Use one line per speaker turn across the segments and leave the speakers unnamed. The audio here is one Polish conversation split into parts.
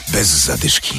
Bez zadyszki.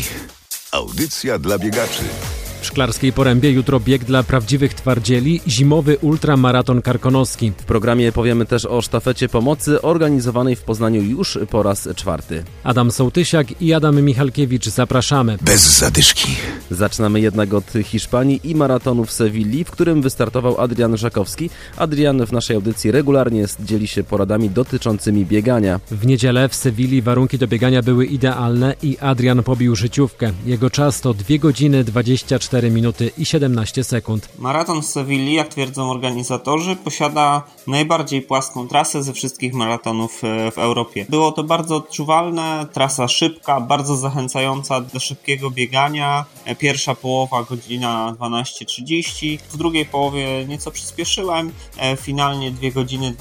Audycja dla biegaczy.
W Szklarskiej Porębie jutro bieg dla prawdziwych twardzieli, zimowy ultramaraton karkonoski.
W programie powiemy też o sztafecie pomocy organizowanej w Poznaniu już po raz 4.
Adam Sołtysiak i Adam Michalkiewicz, zapraszamy.
Bez zadyszki.
Zaczynamy jednak od Hiszpanii i maratonu w Sewilli, w którym wystartował Adrian Żakowski. Adrian w naszej audycji regularnie dzieli się poradami dotyczącymi biegania.
W niedzielę w Sewilli warunki do biegania były idealne i Adrian pobił życiówkę. Jego czas to 2 godziny 24 minuty i 17 sekund.
Maraton w Sewilli, jak twierdzą organizatorzy, posiada najbardziej płaską trasę ze wszystkich maratonów w Europie. Było to bardzo odczuwalne, trasa szybka, bardzo zachęcająca do szybkiego biegania. Pierwsza połowa godzina 12:30, w drugiej połowie nieco przyspieszyłem, finalnie 2 godziny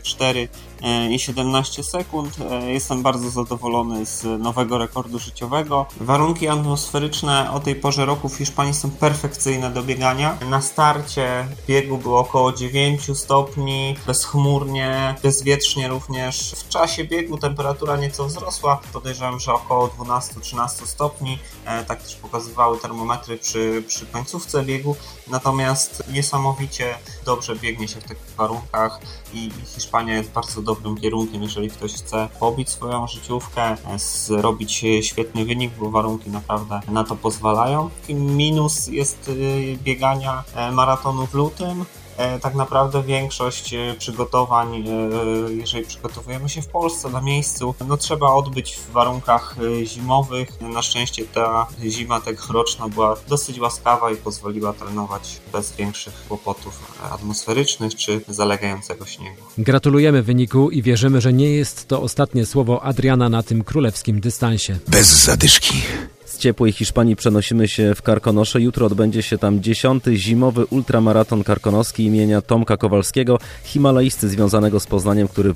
24 i 17 sekund. Jestem bardzo zadowolony z nowego rekordu życiowego. Warunki atmosferyczne o tej porze roku w Hiszpanii są perfekcyjne do biegania. Na starcie biegu było około 9 stopni, bezchmurnie, bezwietrznie również. W czasie biegu temperatura nieco wzrosła, podejrzewam, że około 12-13 stopni. Tak też pokazywały termometry przy końcówce biegu. Natomiast niesamowicie dobrze biegnie się w takich warunkach i Hiszpania jest bardzo dobrym kierunkiem, jeżeli ktoś chce pobić swoją życiówkę, zrobić świetny wynik, bo warunki naprawdę na to pozwalają. Minus jest biegania maratonu w lutym. Tak naprawdę większość przygotowań, jeżeli przygotowujemy się w Polsce na miejscu, trzeba odbyć w warunkach zimowych. Na szczęście ta zima tegoroczna była dosyć łaskawa i pozwoliła trenować bez większych kłopotów atmosferycznych czy zalegającego śniegu.
Gratulujemy wyniku i wierzymy, że nie jest to ostatnie słowo Adriana na tym królewskim dystansie.
Bez zadyszki.
Z ciepłej Hiszpanii przenosimy się w Karkonosze. Jutro odbędzie się tam 10. zimowy ultramaraton karkonoski imienia Tomka Kowalskiego, himalaisty związanego z Poznaniem, który w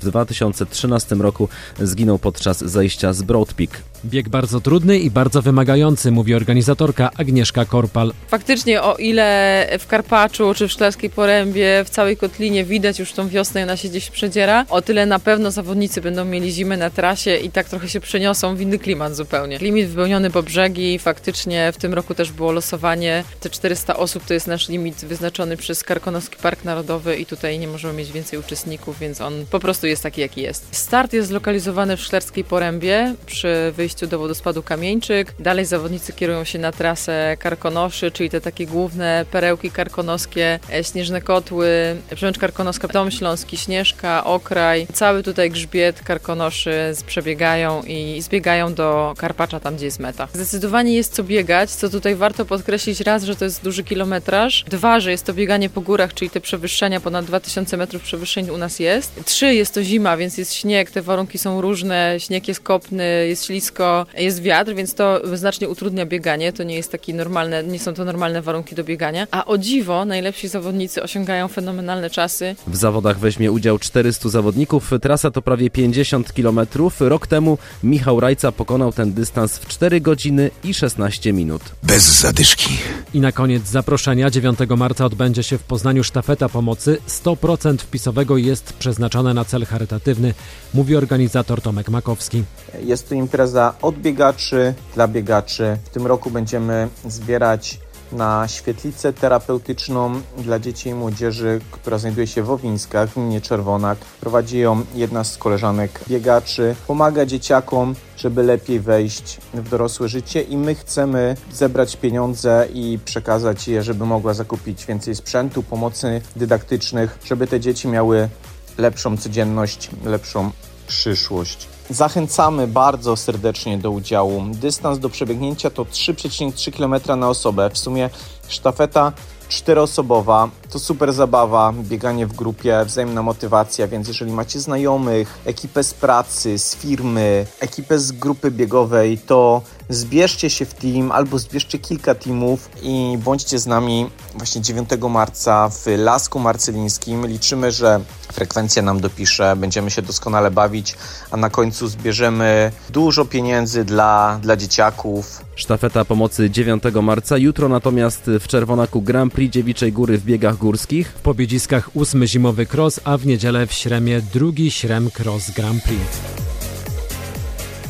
2013 roku zginął podczas zejścia z Broad Peak.
Bieg bardzo trudny i bardzo wymagający, mówi organizatorka Agnieszka Korpal.
Faktycznie, o ile w Karpaczu czy w Szklarskiej Porębie, w całej Kotlinie widać już tą wiosnę, ona się gdzieś przedziera, o tyle na pewno zawodnicy będą mieli zimę na trasie i tak trochę się przeniosą w inny klimat zupełnie. Limit wypełniony po brzegi, faktycznie w tym roku też było losowanie. Te 400 osób to jest nasz limit wyznaczony przez Karkonoski Park Narodowy i tutaj nie możemy mieć więcej uczestników, więc on po prostu jest taki, jaki jest. Start jest zlokalizowany w Szklarskiej Porębie przy wyjściu do wodospadu Kamieńczyk. Dalej zawodnicy kierują się na trasę Karkonoszy, czyli te takie główne perełki karkonoskie, Śnieżne Kotły, Przemęcz Karkonoska, Dom Śląski, Śnieżka, Okraj. Cały tutaj grzbiet Karkonoszy przebiegają i zbiegają do Karpacza, tam gdzie jest meta. Zdecydowanie jest co biegać, co tutaj warto podkreślić, raz, że to jest duży kilometraż, 2, że jest to bieganie po górach, czyli te przewyższenia, ponad 2000 metrów przewyższeń u nas jest, 3, jest to zima, więc jest śnieg, te warunki są różne, śnieg jest kopny, jest ślisko, jest wiatr, więc to znacznie utrudnia bieganie, to nie jest takie normalne, nie są to normalne warunki do biegania, a o dziwo najlepsi zawodnicy osiągają fenomenalne czasy.
W zawodach weźmie udział 400 zawodników, trasa to prawie 50 km. Rok temu Michał Rajca pokonał ten dystans w 4 godziny i 16 minut.
Bez zadyszki.
I na koniec zaproszenia. 9 marca odbędzie się w Poznaniu sztafeta pomocy. 100% wpisowego jest przeznaczone na cel charytatywny, mówi organizator Tomek Makowski.
Jest to impreza od biegaczy dla biegaczy. W tym roku będziemy zbierać na świetlicę terapeutyczną dla dzieci i młodzieży, która znajduje się w Owińskach, w gminie Czerwonak. Prowadzi ją jedna z koleżanek biegaczy. Pomaga dzieciakom, żeby lepiej wejść w dorosłe życie i my chcemy zebrać pieniądze i przekazać je, żeby mogła zakupić więcej sprzętu, pomocy dydaktycznych, żeby te dzieci miały lepszą codzienność, lepszą przyszłość. Zachęcamy bardzo serdecznie do udziału. Dystans do przebiegnięcia to 3,3 km na osobę. W sumie sztafeta 4-osobowa. To super zabawa, bieganie w grupie, wzajemna motywacja, więc jeżeli macie znajomych, ekipę z pracy, z firmy, ekipę z grupy biegowej, to zbierzcie się w team albo zbierzcie kilka teamów i bądźcie z nami właśnie 9 marca w Lasku Marcelińskim. Liczymy, że frekwencja nam dopisze, będziemy się doskonale bawić, a na końcu zbierzemy dużo pieniędzy dla dzieciaków.
Sztafeta pomocy 9 marca, jutro natomiast w Czerwonaku Grand Prix Dziewiczej Góry w biegach górskich.
W Pobiedziskach 8. zimowy cross, a w niedzielę w Śremie 2. Śrem Cross Grand Prix.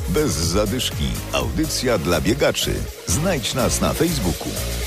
Bez zadyszki. Audycja dla biegaczy. Znajdź nas na Facebooku.